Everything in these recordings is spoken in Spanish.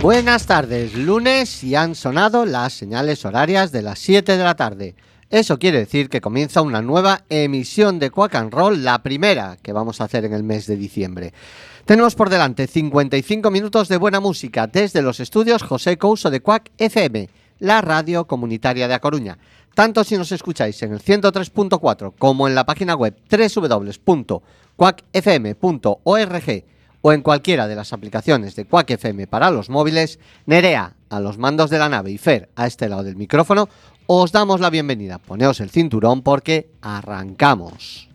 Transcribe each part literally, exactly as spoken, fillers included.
Buenas tardes, lunes y han sonado las señales horarias de las siete de la tarde. Eso quiere decir que comienza una nueva emisión de Quack and Roll, la primera que vamos a hacer en el mes de diciembre. Tenemos por delante cincuenta y cinco minutos de buena música desde los estudios José Couso de Quack F M, la radio comunitaria de A Coruña. Tanto si nos escucháis en el ciento tres punto cuatro como en la página web doble u doble u doble u punto quack f m punto org o en cualquiera de las aplicaciones de Quack F M para los móviles, Nerea a los mandos de la nave y Fer a este lado del micrófono, os damos la bienvenida. Poneos el cinturón porque arrancamos.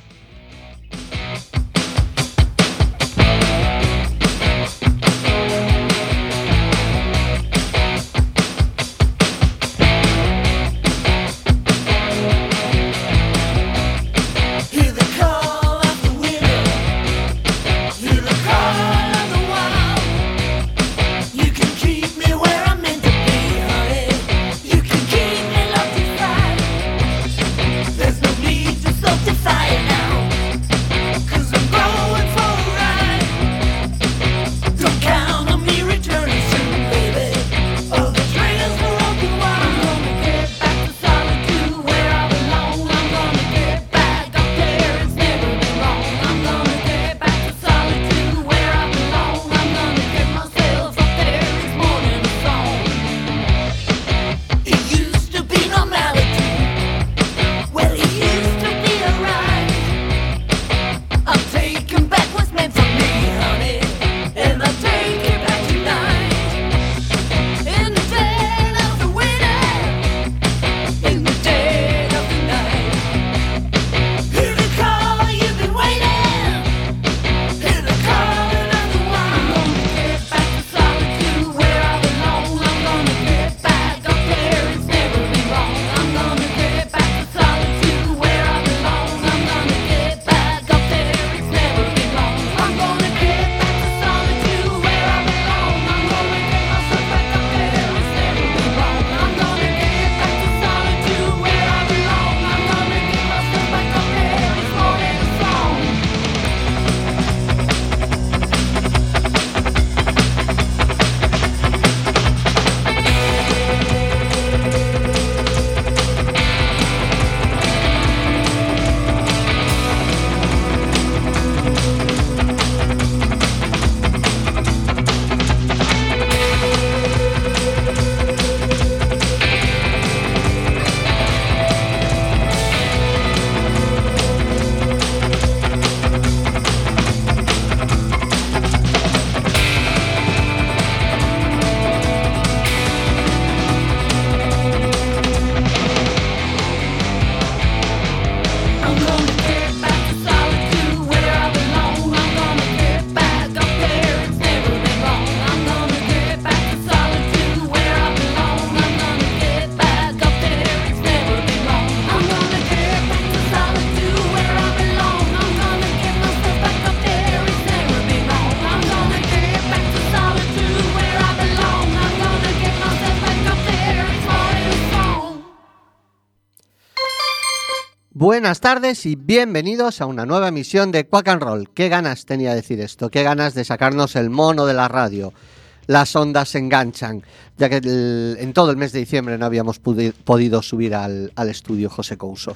Buenas tardes y bienvenidos a una nueva emisión de Quack and Roll. Qué ganas tenía de decir esto, qué ganas de sacarnos el mono de la radio. Las ondas se enganchan, ya que el, en todo el mes de diciembre no habíamos pudi- podido subir al, al estudio José Couso.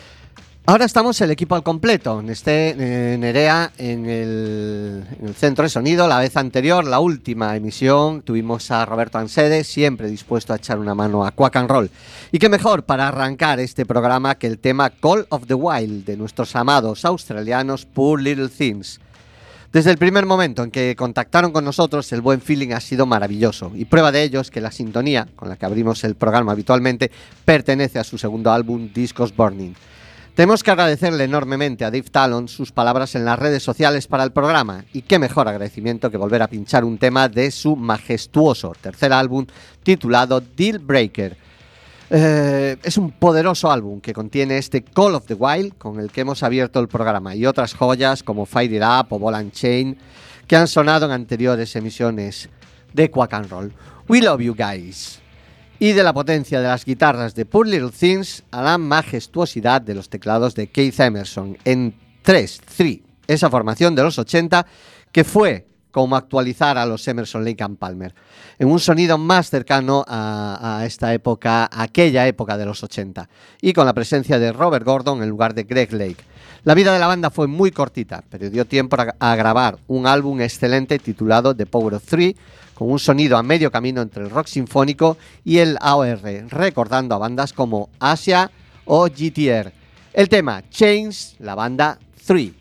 Ahora estamos el equipo al completo. Esté eh, Nerea en el, en el centro de sonido. La vez anterior, la última emisión, tuvimos a Roberto Ansede, siempre dispuesto a echar una mano a Quack and Roll. Y qué mejor para arrancar este programa que el tema Call of the Wild de nuestros amados australianos Poor Little Things. Desde el primer momento en que contactaron con nosotros, el buen feeling ha sido maravilloso. Y prueba de ello es que la sintonía con la que abrimos el programa habitualmente pertenece a su segundo álbum, Discos Burning. Tenemos que agradecerle enormemente a Dave Talon sus palabras en las redes sociales para el programa, y qué mejor agradecimiento que volver a pinchar un tema de su majestuoso tercer álbum titulado Deal Breaker. Eh, es un poderoso álbum que contiene este Call of the Wild con el que hemos abierto el programa y otras joyas como Fire It Up o Ball and Chain que han sonado en anteriores emisiones de Quack and Roll. We love you guys. Y de la potencia de las guitarras de Poor Little Things a la majestuosidad de los teclados de Keith Emerson en tres tres, esa formación de los ochenta que fue como actualizar a los Emerson, Lake and Palmer, en un sonido más cercano a, a esta época, a aquella época de los ochenta, y con la presencia de Robert Gordon en lugar de Greg Lake. La vida de la banda fue muy cortita, pero dio tiempo a, a grabar un álbum excelente titulado The Power of Three, con un sonido a medio camino entre el rock sinfónico y el A O R, recordando a bandas como Asia o G T R. El tema Chains, la banda Three.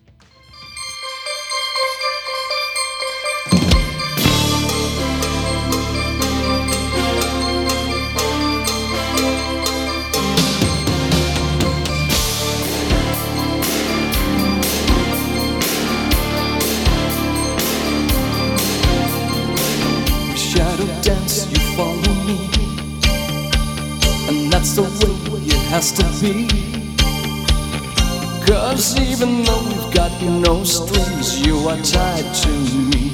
That's the way it has to be. 'Cause even though we've got no strings, you are tied to me.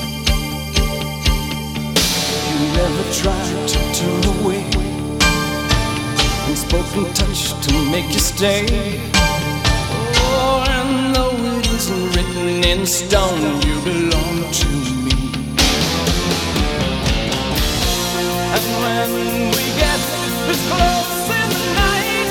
You never tried to turn away. Unspoken touch to make you stay. Oh, and though it isn't written in stone, you belong to me. And when we get it's close in the night,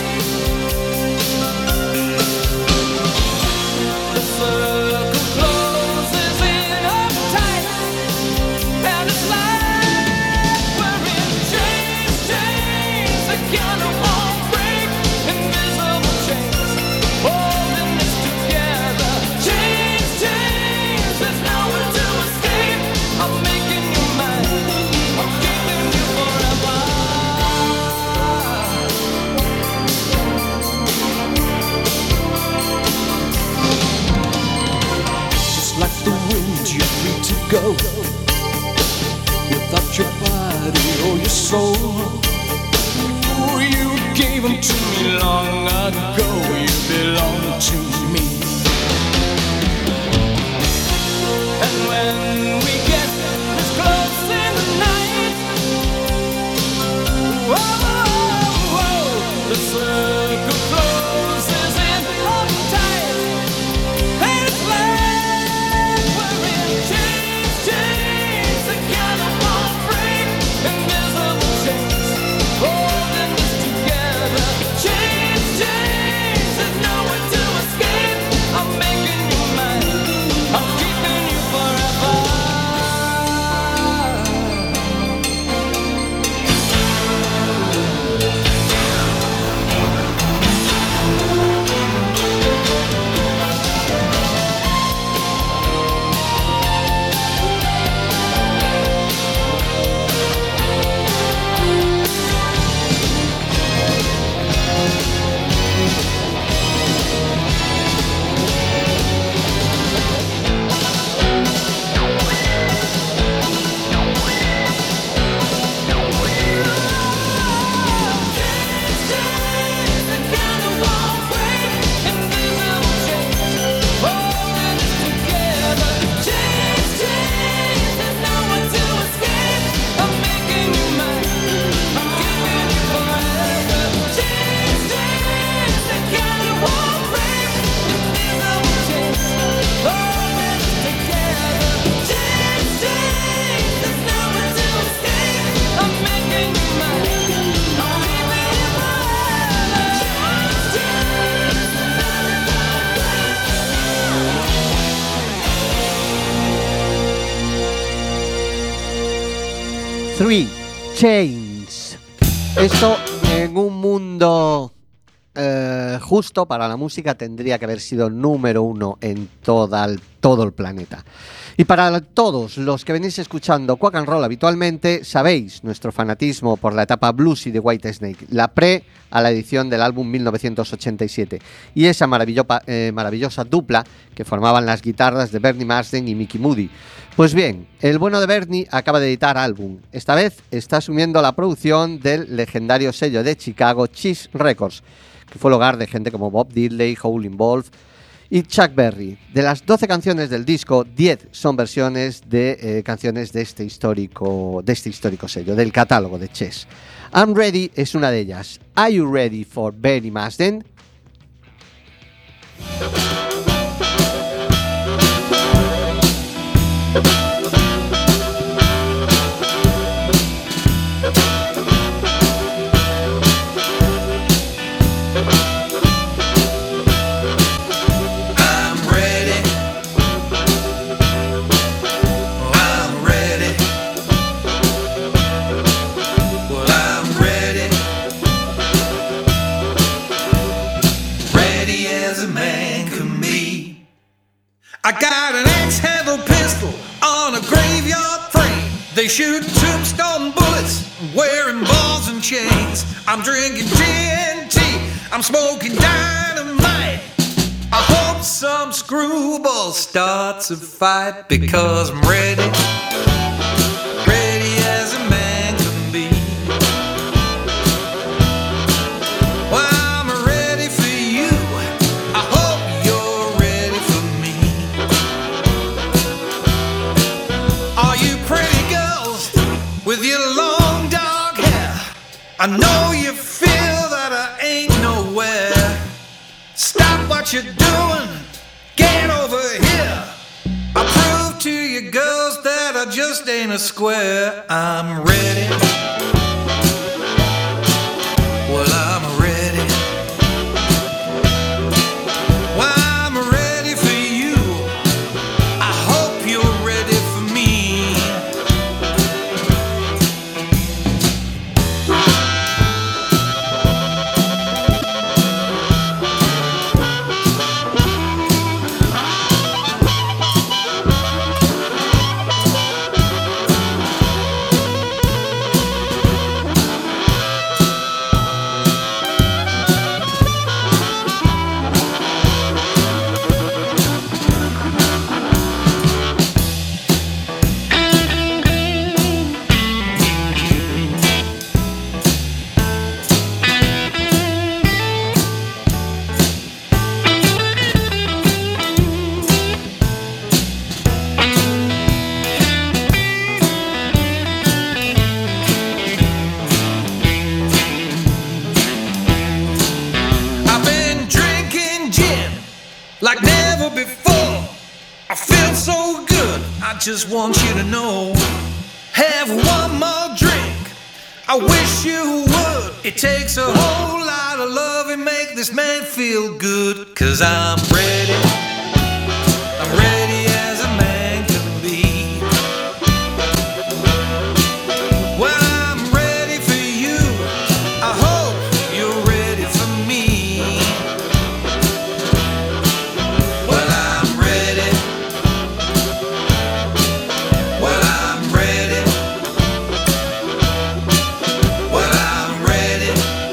the circle closes in uptight, and it's like we're in chains, chains that kind of won't break, invisible chains holding us together. Chains, chains, there's nowhere to escape. I'm making you mine, I'm keeping you forever. Like the wind, you're free to go without your body or your soul. Ooh, you gave them to me long ago. You belong to me. And when we get this close in the night, whoa, whoa, the circle closes in uptight, and it's like Three Chains. Esto en un mundo eh, justo para la música tendría que haber sido número uno en toda el, todo el planeta. Y para todos los que venís escuchando Quack and Roll habitualmente, sabéis nuestro fanatismo por la etapa bluesy de Whitesnake, la pre a la edición del álbum mil novecientos ochenta y siete, y esa maravillosa, eh, maravillosa dupla que formaban las guitarras de Bernie Marsden y Mickey Moody. Pues bien, el bueno de Bernie acaba de editar álbum. Esta vez está asumiendo la producción del legendario sello de Chicago Cheese Records, que fue el hogar de gente como Bob Diddley, Howlin' Wolf y Chuck Berry. De las doce canciones del disco, diez son versiones de eh, canciones de este histórico de este histórico sello, del catálogo de Chess. I'm Ready es una de ellas. Are You Ready for Bernie Marsden? I got an axe-handled pistol on a graveyard frame. They shoot tombstone bullets, wearing balls and chains. I'm drinking T N T, I'm smoking dynamite. I hope some screwball starts a fight, because I'm ready, ready as a man can be. Well, I'm ready for you, I hope you're ready for me. Are you pretty girls with your long dark hair? I know you feel that I ain't nowhere. Stop what you're doing, get over here. I prove to you girls that I just ain't a square. I'm ready, well I'm ready. Well I'm ready for you, I hope you're ready for me. I've been drinking gin like never before. I feel so good, I just want you to know. Have one more drink, I wish you would. It takes a whole lot of love and make this man feel good. Cause I'm ready, I'm ready as a man can be. Well, I'm ready for you, I hope you're ready for me. Well, I'm ready, well, I'm ready, well, I'm ready,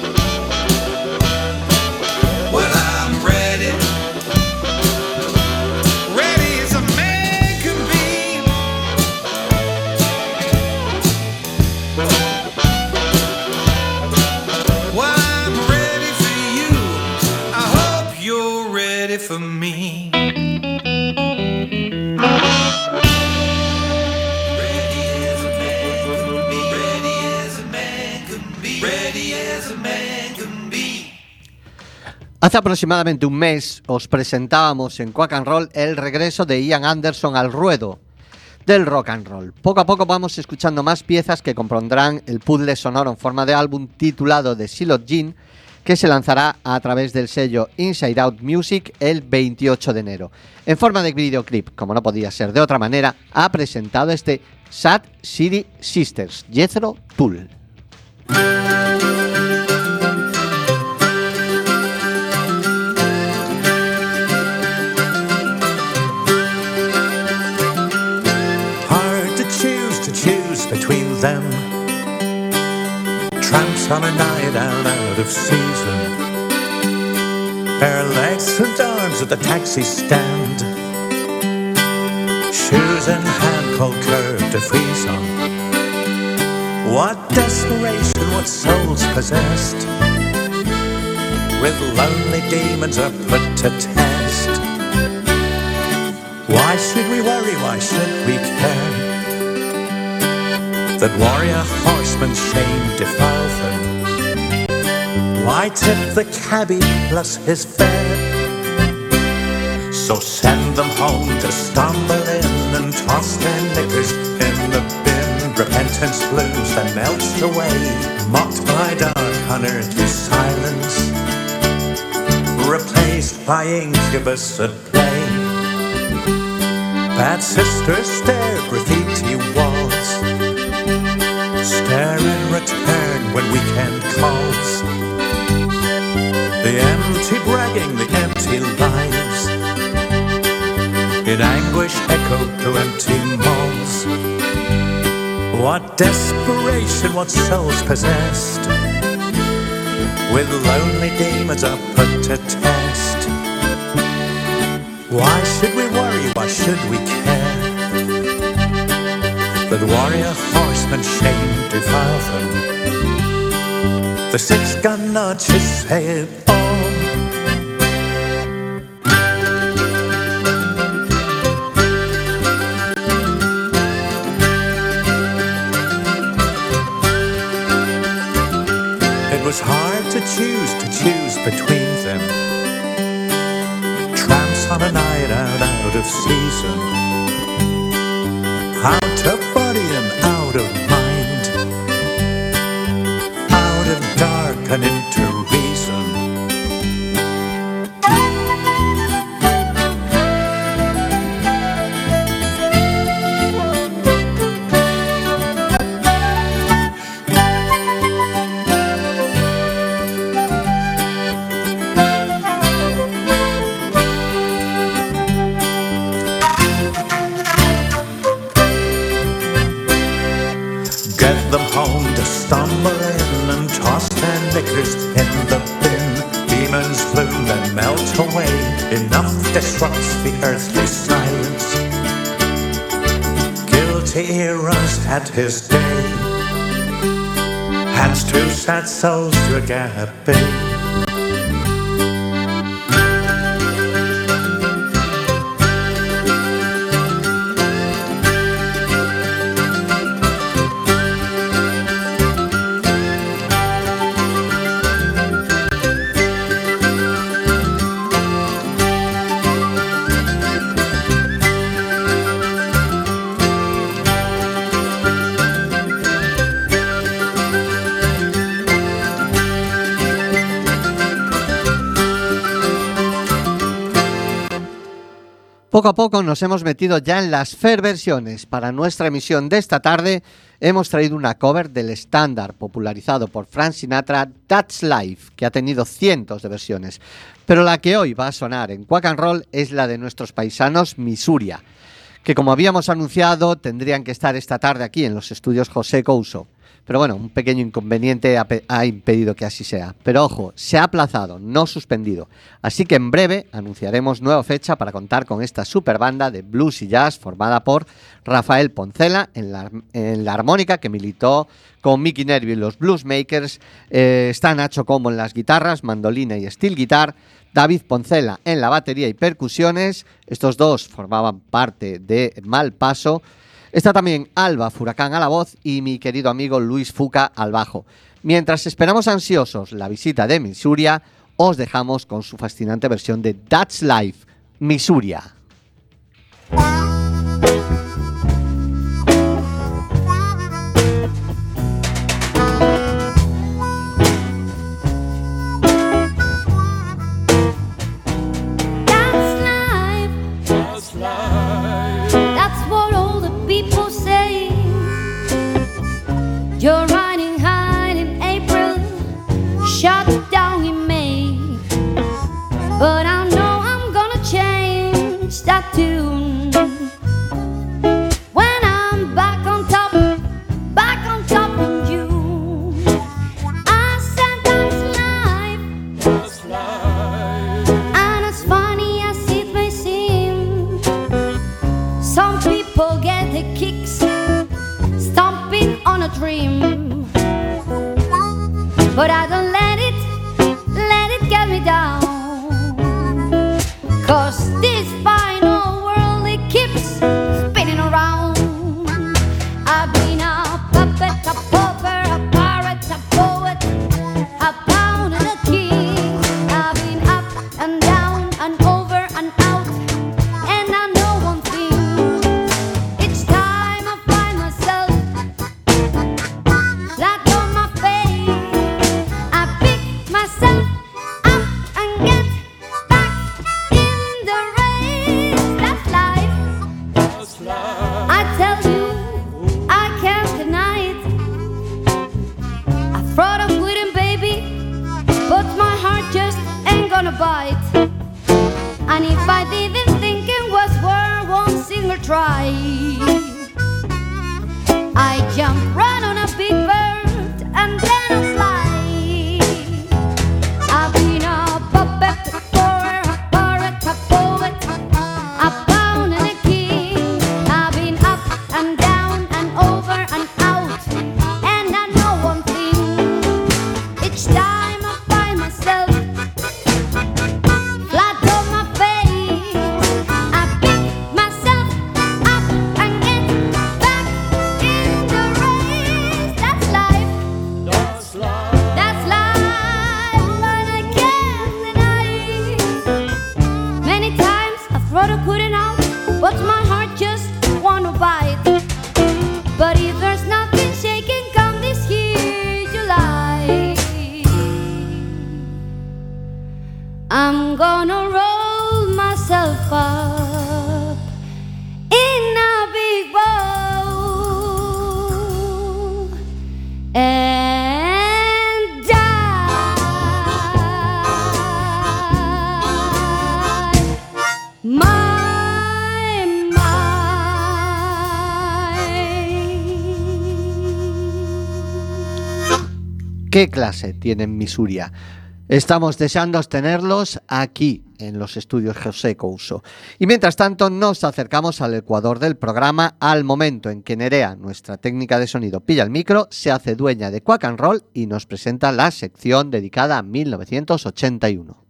well, I'm ready, ready as a man can be. Well, I'm ready for you, I hope you're ready for me. Ready as a man can be, ready as a man can be, ready as a man can be. Hace aproximadamente un mes os presentábamos en Quack and Roll el regreso de Ian Anderson al ruedo del rock and roll. Poco a poco vamos escuchando más piezas que compondrán el puzzle sonoro en forma de álbum titulado The Silot Gin, que se lanzará a través del sello Inside Out Music el veintiocho de enero. En forma de videoclip, como no podía ser de otra manera, ha presentado este Sad City Sisters, Jethro Tull. Hard to choose, to choose between them. Tramps on a night out, out of season. Bare legs and arms at the taxi stand. Shoes in hand, cold curve to freeze on. What desperation, what souls possessed, with lonely demons are put to test. Why should we worry, why should we care that warrior horseman's shame defile them? Why tip the cabbie plus his fare? So send them home to stumble in and toss their knickers in the bin. Repentance blues that melts away, mocked by dark unearthly silence. by incubus at play. Bad sisters stare, graffiti walls, stare in return when weekend calls. The empty bragging, the empty lives, in anguish echo to empty malls. What desperation, what souls possessed, with lonely demons are put to test. Why should we worry, why should we care, that warrior horsemen shame defile them? The six-gun notches say it all. It was hard to choose, to choose between them. Tramps on a night out, out of season, out of body and out of mind, out of dark and into reason. Stumble in and toss their knickers in the bin. Demons bloom and melt away. Enough disrupts the earthly silence. Guilty heroes had his day. Hands to sad souls to agape. Poco a poco nos hemos metido ya en las fair versiones. Para nuestra emisión de esta tarde hemos traído una cover del estándar popularizado por Frank Sinatra, That's Life, que ha tenido cientos de versiones. Pero la que hoy va a sonar en Quack and Roll es la de nuestros paisanos Misuria, que como habíamos anunciado tendrían que estar esta tarde aquí en los estudios José Couso. Pero bueno, un pequeño inconveniente ha, ha impedido que así sea. Pero ojo, se ha aplazado, no suspendido. Así que en breve anunciaremos nueva fecha para contar con esta super banda de blues y jazz formada por Rafael Poncela en la, en la armónica, que militó con Mickey Nervi y los Bluesmakers. Eh, está Nacho Combo en las guitarras, mandolina y steel guitar. David Poncela en la batería y percusiones. Estos dos formaban parte de Malpaso. Está también Alba Furacán a la voz y mi querido amigo Luis Fuca al bajo. Mientras esperamos ansiosos la visita de Misuria, os dejamos con su fascinante versión de That's Life, Misuria. You're riding high in April, shut down in May. But I know I'm gonna change that tune. When I'm back on top, back on top in June. I said that's life, and as funny as it may seem, some people get the kicks stomping on a dream, but I don't let it, let it get me down, 'cause this fine old world, it keeps spinning around. I've been a puppet, a pauper, a pirate, a poet, a pound and a king. I've been up and down and over and out, and I know one thing, each time I find myself flat on my face, I pick myself up and gonna bite. And if I didn't think it was worth one single try, I jump right on a big bird and then I fly. I've been a puppet for a pirate, a poet, a clown and a king. I've been up and down and over and out, and I know one thing. Each time I find myself flat on my face, I pick myself up and get back in the race. That's life. That's life. That's life, and I can't deny it. Many times I thought I couldn't out, but my heart just wanna bite. But if there's nothing shaking come this year, July, I'm gonna roll myself up in a big bowl and die. My, my. ¿Qué clase tienen Misuria? Estamos deseando tenerlos aquí en los estudios José Couso. Y mientras tanto nos acercamos al ecuador del programa, al momento en que Nerea, nuestra técnica de sonido, pilla el micro, se hace dueña de Quack and Roll y nos presenta la sección dedicada a mil novecientos ochenta y uno.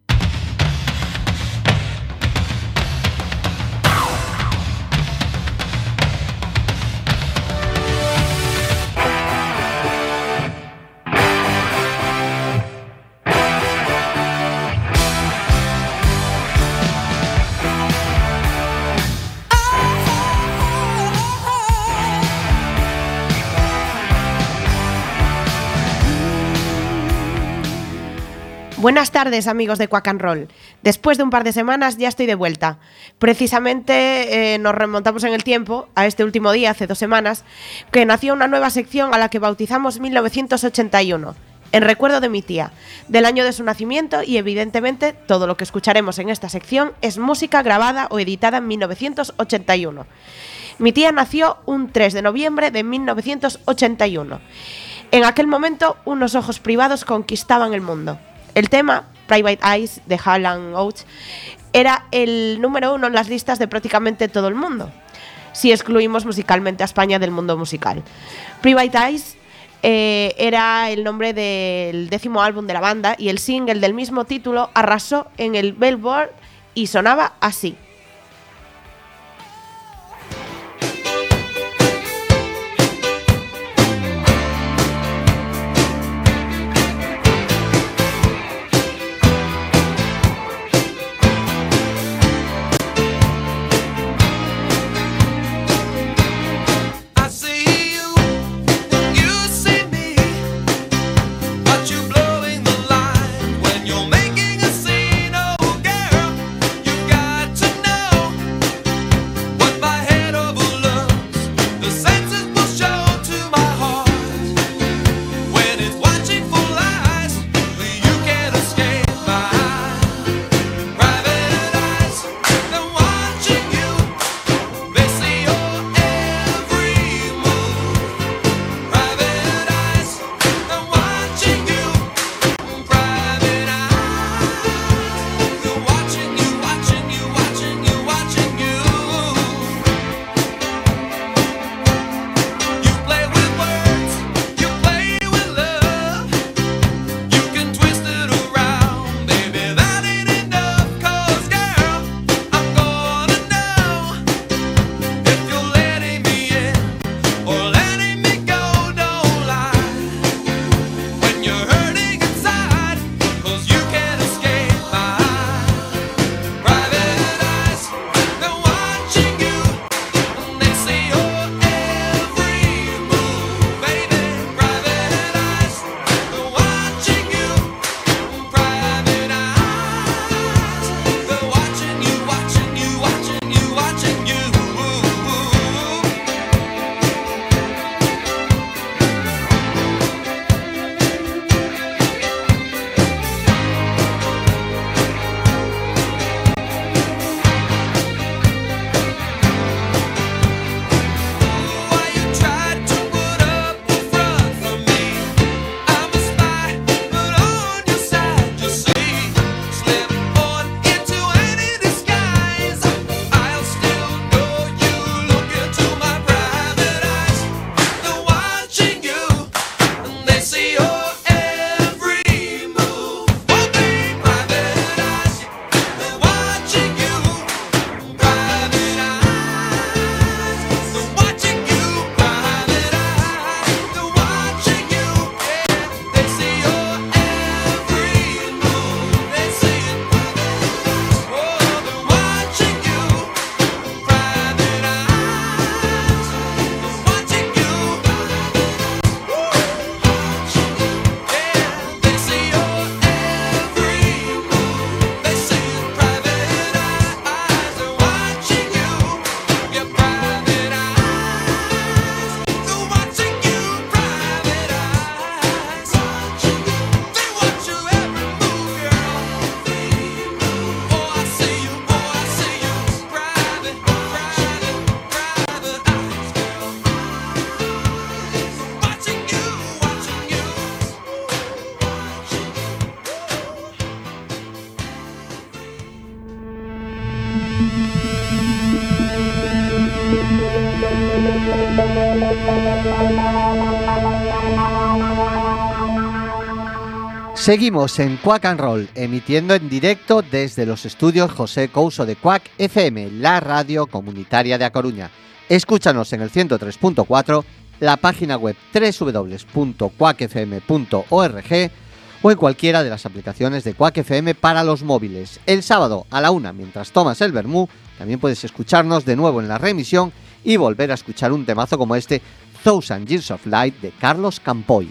Buenas tardes, amigos de Quack and Roll. Después de un par de semanas ya estoy de vuelta. Precisamente eh, nos remontamos en el tiempo a este último día, hace dos semanas, que nació una nueva sección a la que bautizamos mil novecientos ochenta y uno, en recuerdo de mi tía, del año de su nacimiento, y evidentemente todo lo que escucharemos en esta sección es música grabada o editada en mil novecientos ochenta y uno. Mi tía nació un tres de noviembre de mil novecientos ochenta y uno. En aquel momento, unos ojos privados conquistaban el mundo. El tema, Private Eyes, de Hall and Oates, era el número uno en las listas de prácticamente todo el mundo, si excluimos musicalmente a España del mundo musical. Private Eyes eh, era el nombre del décimo álbum de la banda y el single del mismo título arrasó en el Billboard y sonaba así. Blowing the line when you're making a scene, oh girl, you got to know. Seguimos en Quack and Roll, emitiendo en directo desde los estudios José Couso de Quack F M, la radio comunitaria de A Coruña. Escúchanos en el ciento tres punto cuatro, la página web doble u doble u doble u punto quack f m punto org o en cualquiera de las aplicaciones de Quack F M para los móviles. El sábado a la una, mientras tomas el vermú, también puedes escucharnos de nuevo en la reemisión y volver a escuchar un temazo como este, Thousand Years of Light, de Carlos Campoy.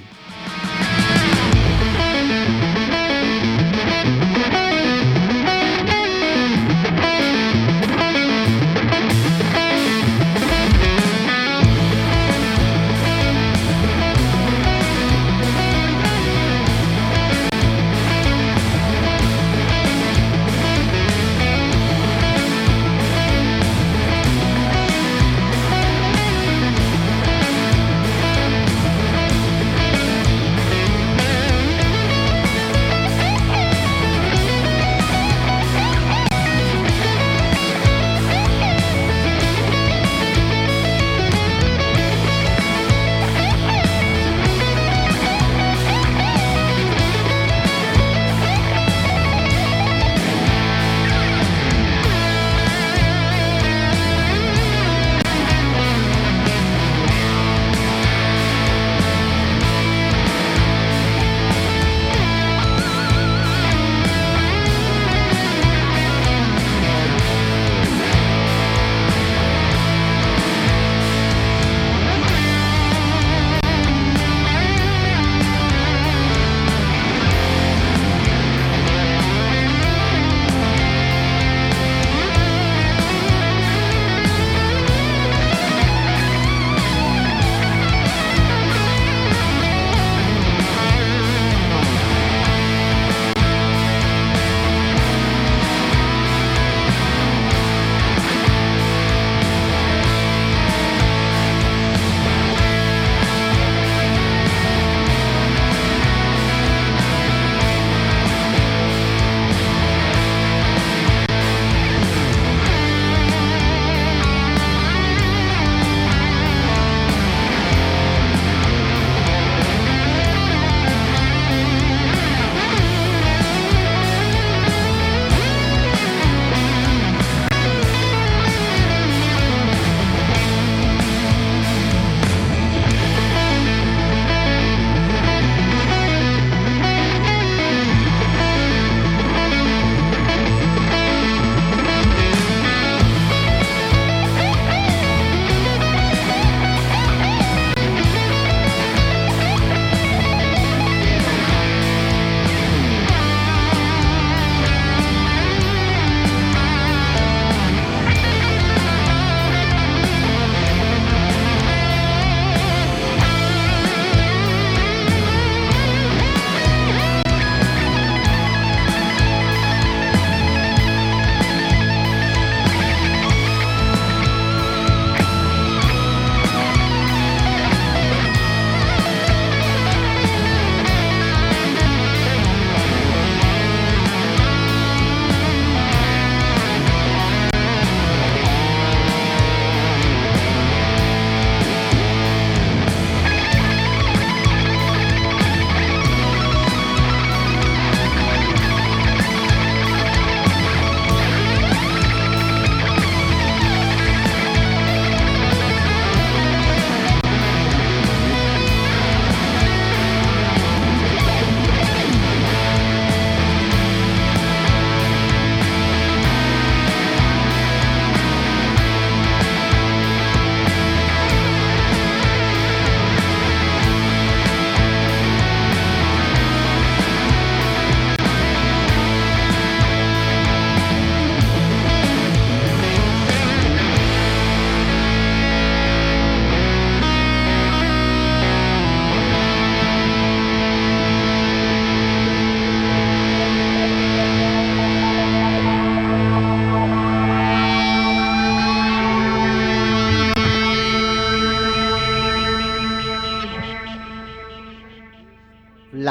Thank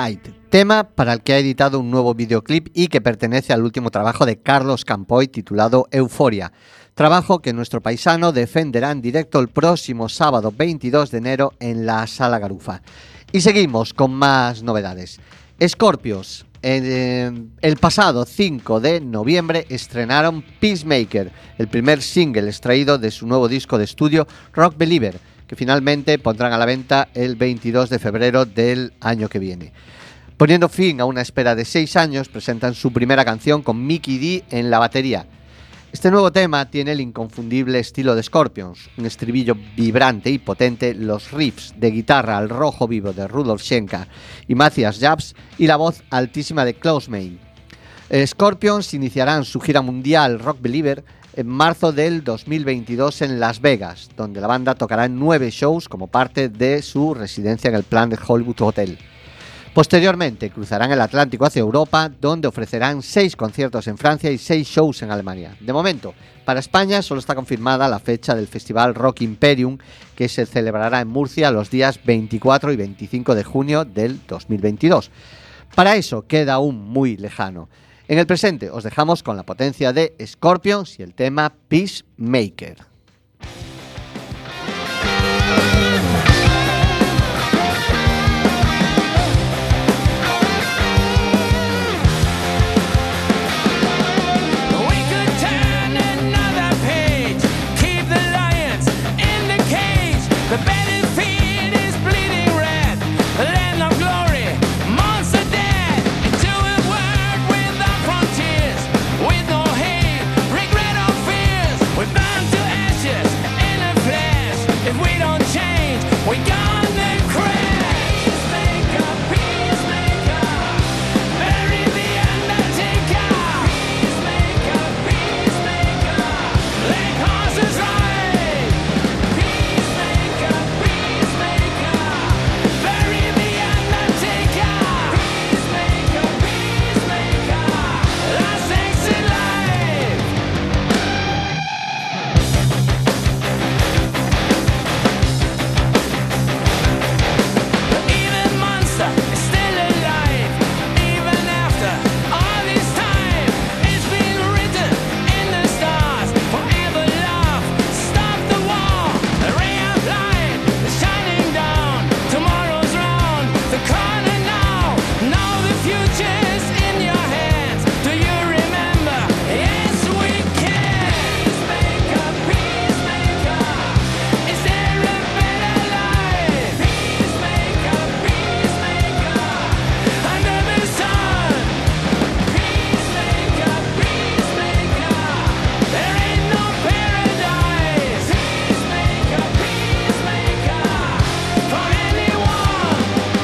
Night, tema para el que ha editado un nuevo videoclip y que pertenece al último trabajo de Carlos Campoy titulado Euforia, trabajo que nuestro paisano defenderá en directo el próximo sábado veintidós de enero en la Sala Garufa. Y seguimos con más novedades. Scorpions, eh, el pasado cinco de noviembre estrenaron Peacemaker, el primer single extraído de su nuevo disco de estudio Rock Believer, que finalmente pondrán a la venta el veintidós de febrero del año que viene. Poniendo fin a una espera de seis años, presentan su primera canción con Mickey D en la batería. Este nuevo tema tiene el inconfundible estilo de Scorpions, un estribillo vibrante y potente, los riffs de guitarra al rojo vivo de Rudolf Schenker y Matthias Jabs y la voz altísima de Klaus Meine. Scorpions iniciarán su gira mundial Rock Believer en marzo del dos mil veintidós en Las Vegas, donde la banda tocará en nueve shows como parte de su residencia en el Planet Hollywood Hotel. Posteriormente cruzarán el Atlántico hacia Europa, donde ofrecerán seis conciertos en Francia y seis shows en Alemania. De momento, para España solo está confirmada la fecha del festival Rock Imperium, que se celebrará en Murcia los días veinticuatro y veinticinco de junio del dos mil veintidós. Para eso queda aún muy lejano. En el presente os dejamos con la potencia de Scorpions y el tema Peacemaker. We could turn another page, keep the lions in the cage. The battlefield is bleeding red, the land of glory, monster dead. Into a world without frontiers, with no hate, regret or fears. We burn to ashes in a flash. If we don't change, we gonna crash. Peacemaker, peacemaker, bury the undertaker. Peacemaker, peacemaker, let horses ride. Peacemaker, peacemaker, bury the undertaker. Peacemaker, peacemaker, last exit life. The evil monster is still alive, even after all this time. It's been written in the stars, forever love, stop the war. A ray of light is shining down, tomorrow's round the corner now. Now the future's in your hands, do you remember? Yes, we can. Peacemaker, peacemaker, is there a better life? Peacemaker, peacemaker, under the sun. Peacemaker, peacemaker, there ain't no paradise. Peacemaker, peacemaker, for anyone.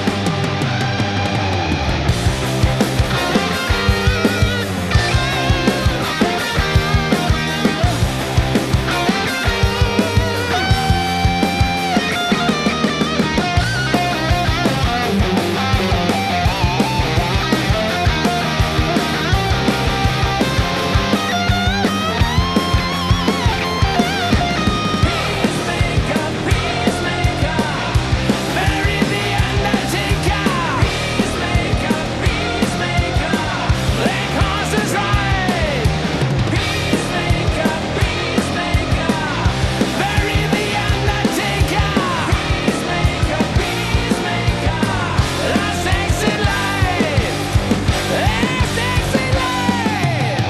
Peacemaker, peacemaker, bury the undertaker. Peacemaker, peacemaker, let horses ride. Peacemaker, peacemaker, bury the undertaker. Peacemaker, peacemaker, last exit life. Last exit life.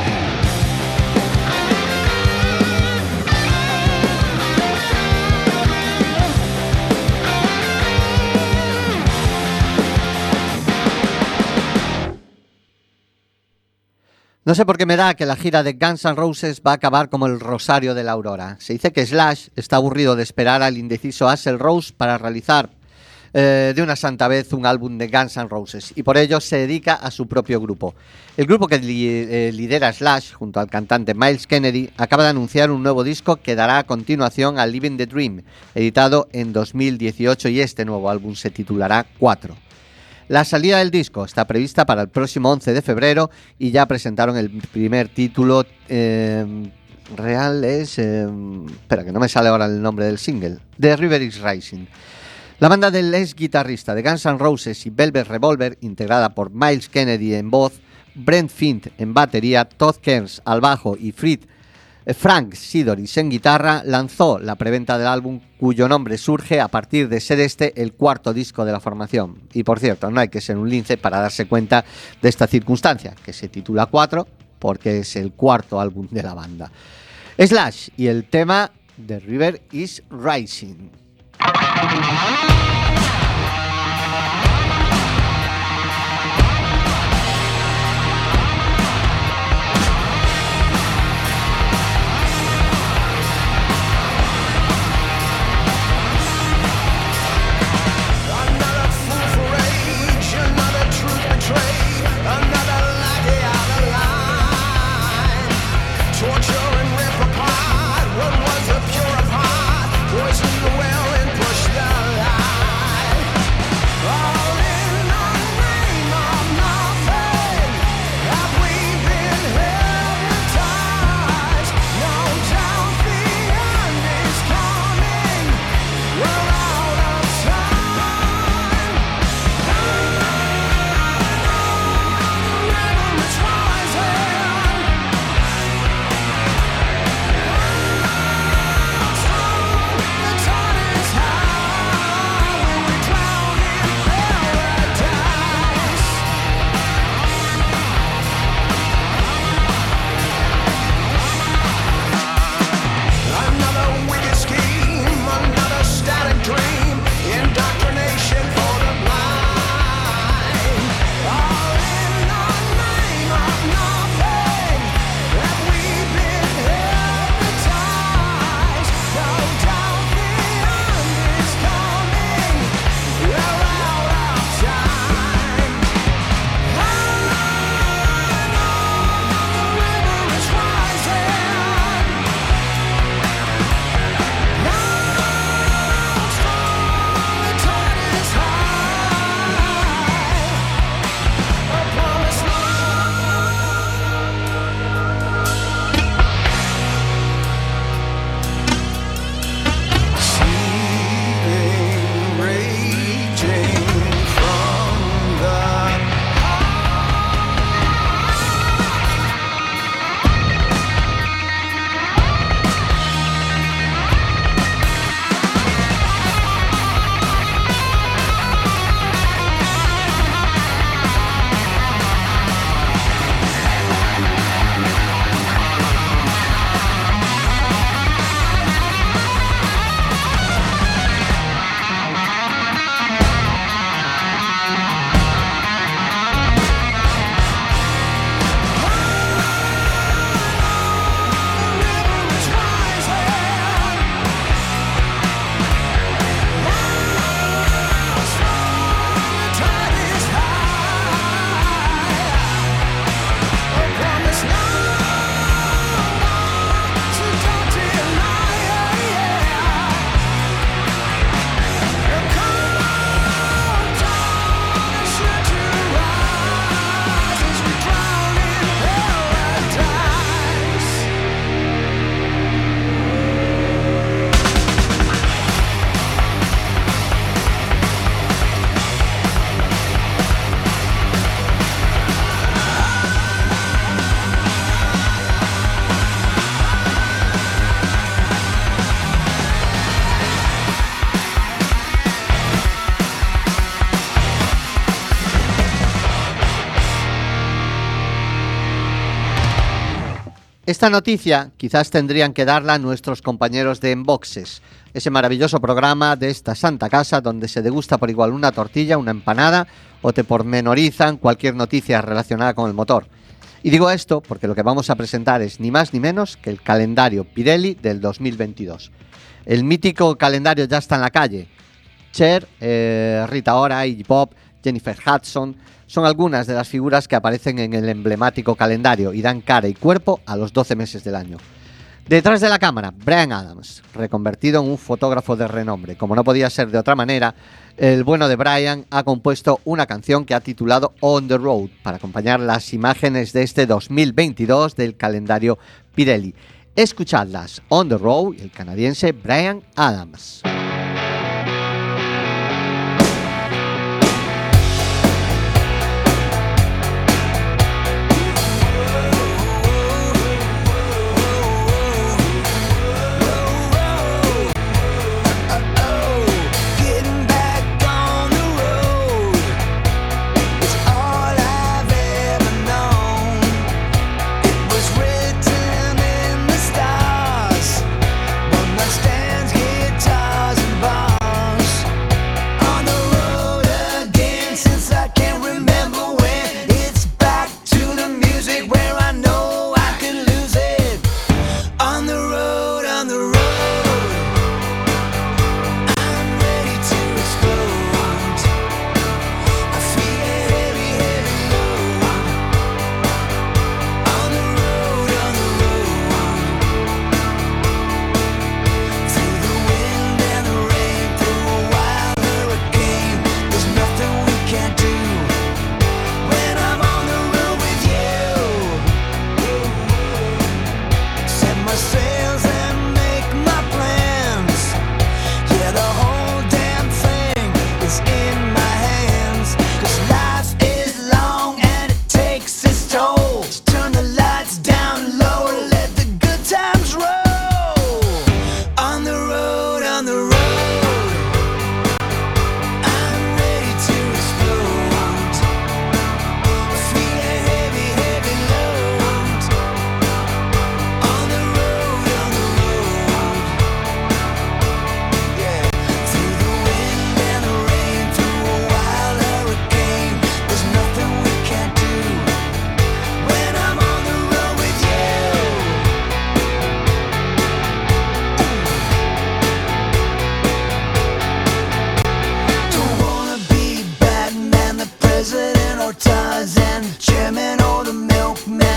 No sé por qué me da que la gira de Guns N' Roses va a acabar como el Rosario de la Aurora. Se dice que Slash está aburrido de esperar al indeciso Axl Rose para realizar eh, de una santa vez un álbum de Guns N' Roses y por ello se dedica a su propio grupo. El grupo que li eh, lidera Slash junto al cantante Miles Kennedy acaba de anunciar un nuevo disco que dará a continuación a Living the Dream, editado en dos mil dieciocho, y este nuevo álbum se titulará cuatro. La salida del disco está prevista para el próximo once de febrero y ya presentaron el primer título. Eh, real es... Eh, espera, que no me sale ahora el nombre del single. The River is Rising. La banda del ex guitarrista de Guns N' Roses y Velvet Revolver, integrada por Miles Kennedy en voz, Brent Fint en batería, Todd Kearns al bajo y Fritz Frank Sidoris en guitarra, lanzó la preventa del álbum, cuyo nombre surge a partir de ser este el cuarto disco de la formación. Y por cierto, no hay que ser un lince para darse cuenta de esta circunstancia, que se titula cuatro porque es el cuarto álbum de la banda. Slash y el tema The River is Rising. Esta noticia quizás tendrían que darla nuestros compañeros de Enboxes, ese maravilloso programa de esta santa casa donde se degusta por igual una tortilla, una empanada o te pormenorizan cualquier noticia relacionada con el motor. Y digo esto porque lo que vamos a presentar es ni más ni menos que el calendario Pirelli del dos mil veintidós. El mítico calendario ya está en la calle. Cher, eh, Rita Ora, Iggy Pop, Jennifer Hudson son algunas de las figuras que aparecen en el emblemático calendario y dan cara y cuerpo a los doce meses del año. Detrás de la cámara, Bryan Adams, reconvertido en un fotógrafo de renombre. Como no podía ser de otra manera, el bueno de Bryan ha compuesto una canción que ha titulado On the Road para acompañar las imágenes de este dos mil veintidós del calendario Pirelli. Escuchadlas, On the Road, el canadiense Bryan Adams.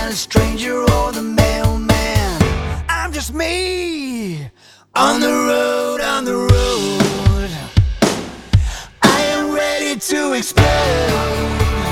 not a stranger or the mailman. I'm just me on the road, on the road. I am ready to explode.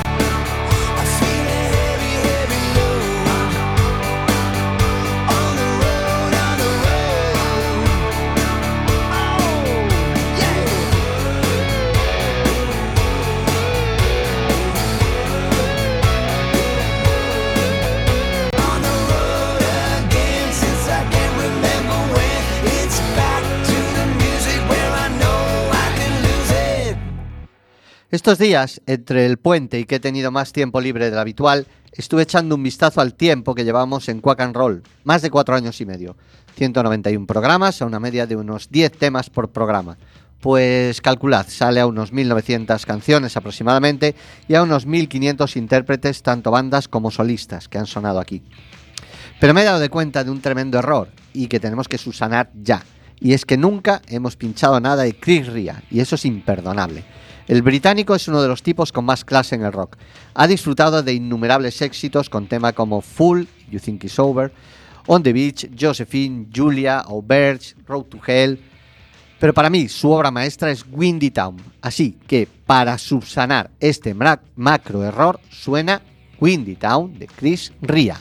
Estos días, entre el puente y que he tenido más tiempo libre del habitual, estuve echando un vistazo al tiempo que llevamos en Quack and Roll, más de cuatro años y medio. ciento noventa y uno programas a una media de unos diez temas por programa. Pues calculad, sale a unos mil novecientas canciones aproximadamente y a unos mil quinientos intérpretes, tanto bandas como solistas, que han sonado aquí. Pero me he dado de cuenta de un tremendo error y que tenemos que subsanar ya. Y es que nunca hemos pinchado nada de Chris Rea, y eso es imperdonable. El británico es uno de los tipos con más clase en el rock. Ha disfrutado de innumerables éxitos con temas como Fool, You Think It's Over, On the Beach, Josephine, Julia, Auberge, Road to Hell. Pero para mí su obra maestra es Windy Town. Así que para subsanar este macro error suena Windy Town de Chris Rea.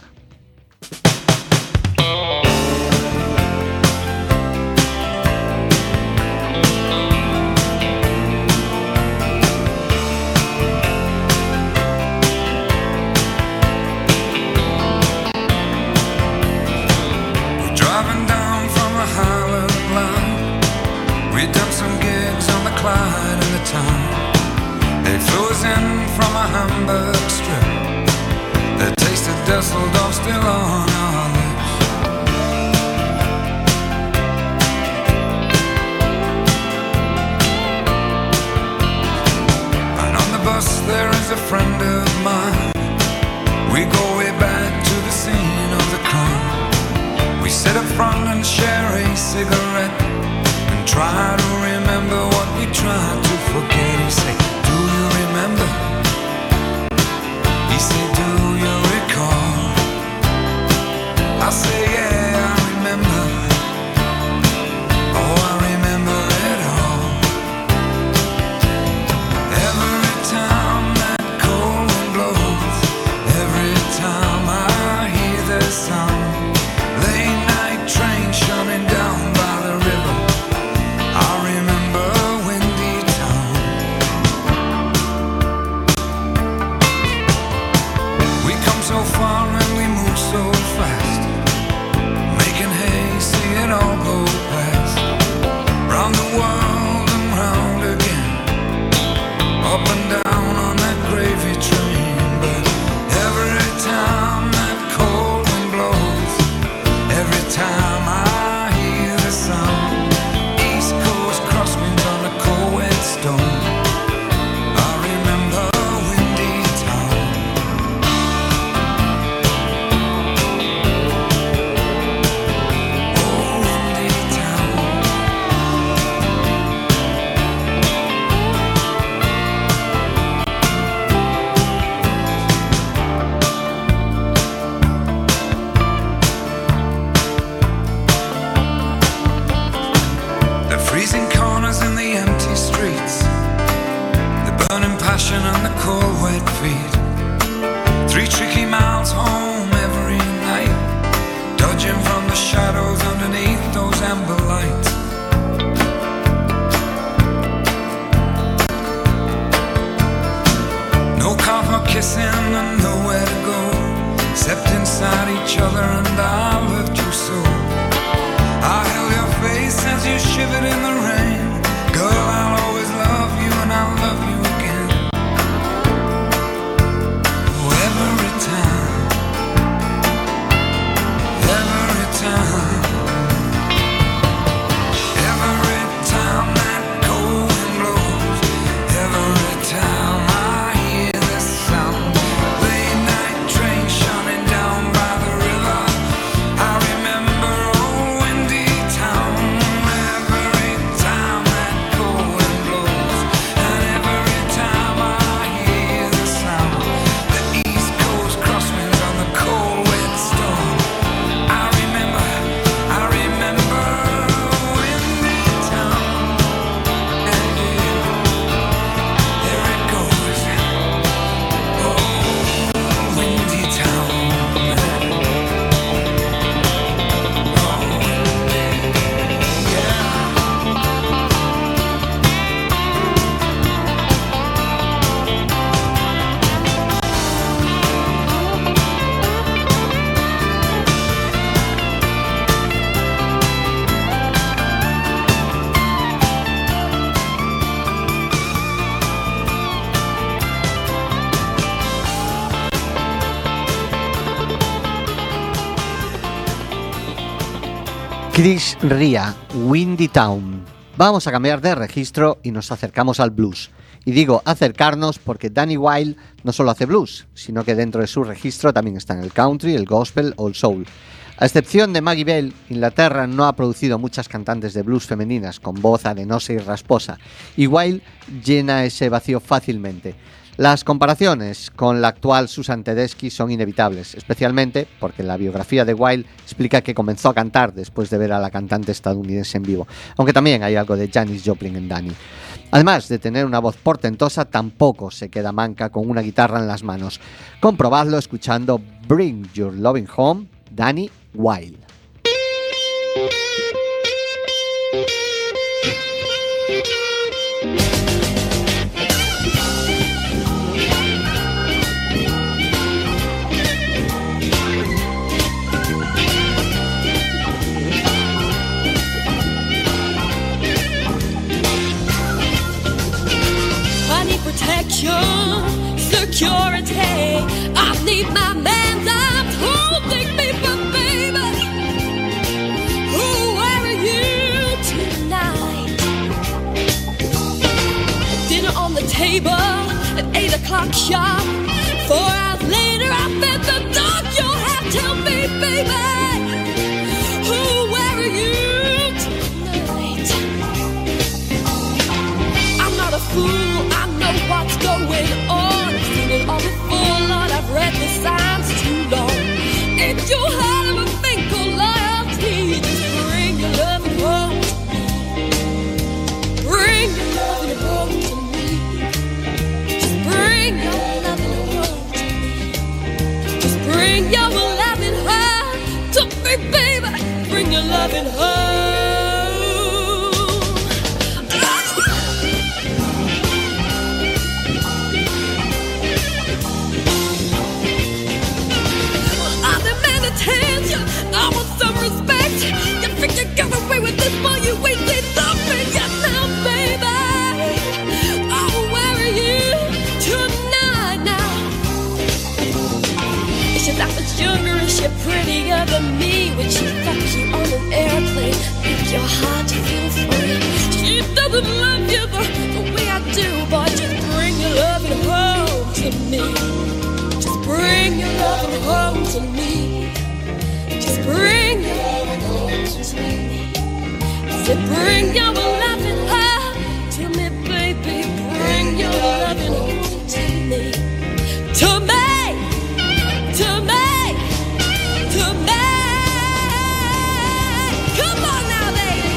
Hamburg strip, the taste of Dusseldorf still on our lips. And on the bus there is a friend of mine. We go way back to the scene of the crime. We sit up front and share a cigarette and try to remember what we tried to forget. He say, do you remember? He said, do you recall? I say, yeah, I remember. Oh, I remember it all. Every time that cold wind blows, every time I hear the sound, late night train shunning down by the river, I remember Windy Town. We come so far and we move so fast, making hay, see it all go past. Round the world and round again, up and down on that gravy train. But every time that cold wind blows, every time I hear the sound, East Coast crosswinds on a cold wet stone, I remember Windy Town. Oh, Windy Town. The freezing corners and the empty streets, the burning passion and the cold wet feet. Three tricky miles home every night, dodging from the shadows underneath those amber lights. No car for kissing and nowhere to go, except inside each other, and I loved you so. I held your face as you shivered in the rain. Girl, I'll always love you and I'll love you again. Oh, every time, every time, every time that cold wind blows, every time I hear this sound, late night train shunning down by the river, I remember old Windy Town. Every Chris Ria, Windy Town. Vamos a cambiar de registro y nos acercamos al blues. Y digo acercarnos porque Danny Wilde no solo hace blues, sino que dentro de su registro también están el country, el gospel o el soul. A excepción de Maggie Bell, Inglaterra no ha producido muchas cantantes de blues femeninas con voz arenosa y rasposa, y Wilde llena ese vacío fácilmente. Las comparaciones con la actual Susan Tedeschi son inevitables, especialmente porque la biografía de Wilde explica que comenzó a cantar después de ver a la cantante estadounidense en vivo, aunque también hay algo de Janis Joplin en Danny. Además de tener una voz portentosa, tampoco se queda manca con una guitarra en las manos. Comprobadlo escuchando Bring Your Loving Home, Danny Wilde. Security, I need my man's arms holding me, but baby, who are you tonight? Dinner on the table at eight o'clock sharp. Four hours later, I'm at the door. You'll have to tell me, baby, who are you tonight? I'm not a fool, I know what's going on. On the full Lord, I've read the signs too long. If you have a thing called loyalty, just bring your loving home. Bring your loving home to me. Just bring your loving home to me. Just bring your loving home to me, baby. Bring your loving home. I want some respect. You think you got away with this, boy? You wasted something. Yes, now, baby. Oh, where are you tonight now? Is she that much younger? Is she prettier than me? When she fucks you on an airplane, make your heart feel free. She doesn't love you the, the way I do, boy. Just bring your loving home to me. Just bring your loving home to me. Just bring your loving home to me. Say, bring your loving home to me, baby. Bring your loving home to me. To me, to me, to me. Come on now,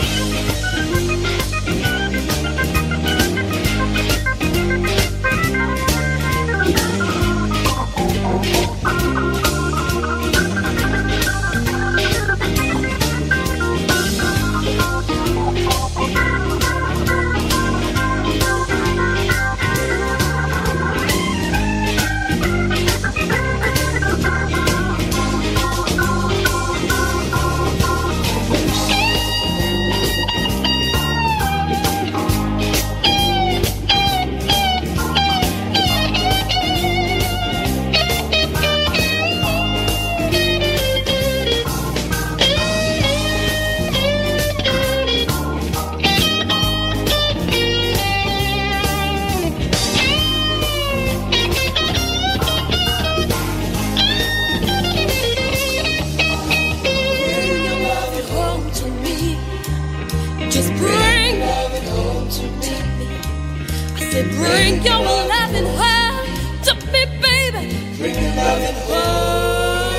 bring your loving home to me, baby. Bring your loving home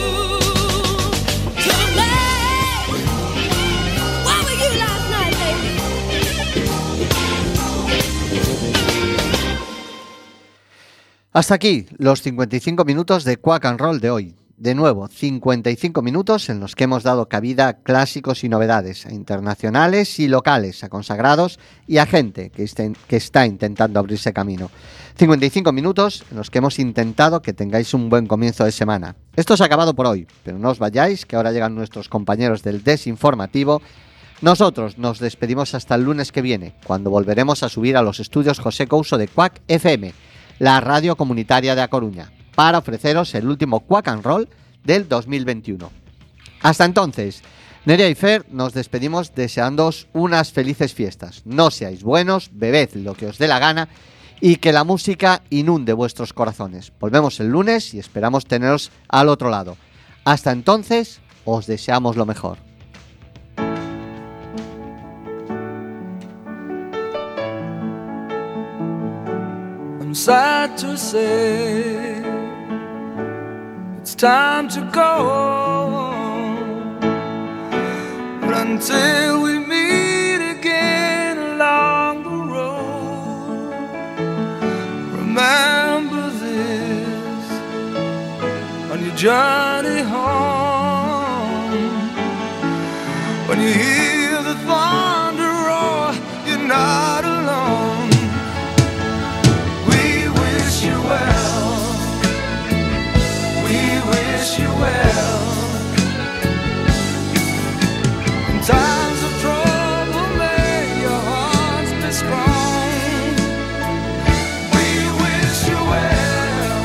to me. Where were you last night, baby? Hasta aquí los cincuenta y cinco minutos de Quack and Roll de hoy. De nuevo, cincuenta y cinco minutos en los que hemos dado cabida a clásicos y novedades, a internacionales y locales, a consagrados y a gente que, este, que está intentando abrirse camino. cincuenta y cinco minutos en los que hemos intentado que tengáis un buen comienzo de semana. Esto se ha acabado por hoy, pero no os vayáis, que ahora llegan nuestros compañeros del Desinformativo. Nosotros nos despedimos hasta el lunes que viene, cuando volveremos a subir a los estudios José Couso de Quack F M, la radio comunitaria de A Coruña, para ofreceros el último Quack and Roll del dos mil veintiuno. Hasta entonces, Nerea y Fer, nos despedimos deseándoos unas felices fiestas. No seáis buenos, bebed lo que os dé la gana y que la música inunde vuestros corazones. Volvemos el lunes y esperamos teneros al otro lado. Hasta entonces, os deseamos lo mejor. I'm sad to say it's time to go, but until we meet again along the road, remember this on your journey home. When you hear the thunder roar, you're not alone. We wish you well. We wish you well. In times of trouble, may your hearts be strong. We wish you well.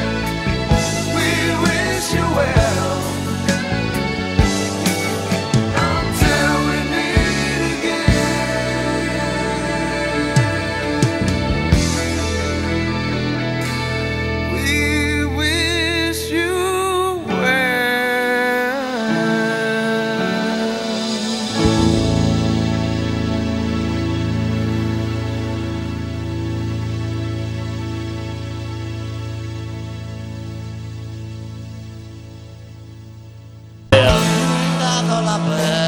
We wish you well. Until we meet again. We wish you well. Dato la pelle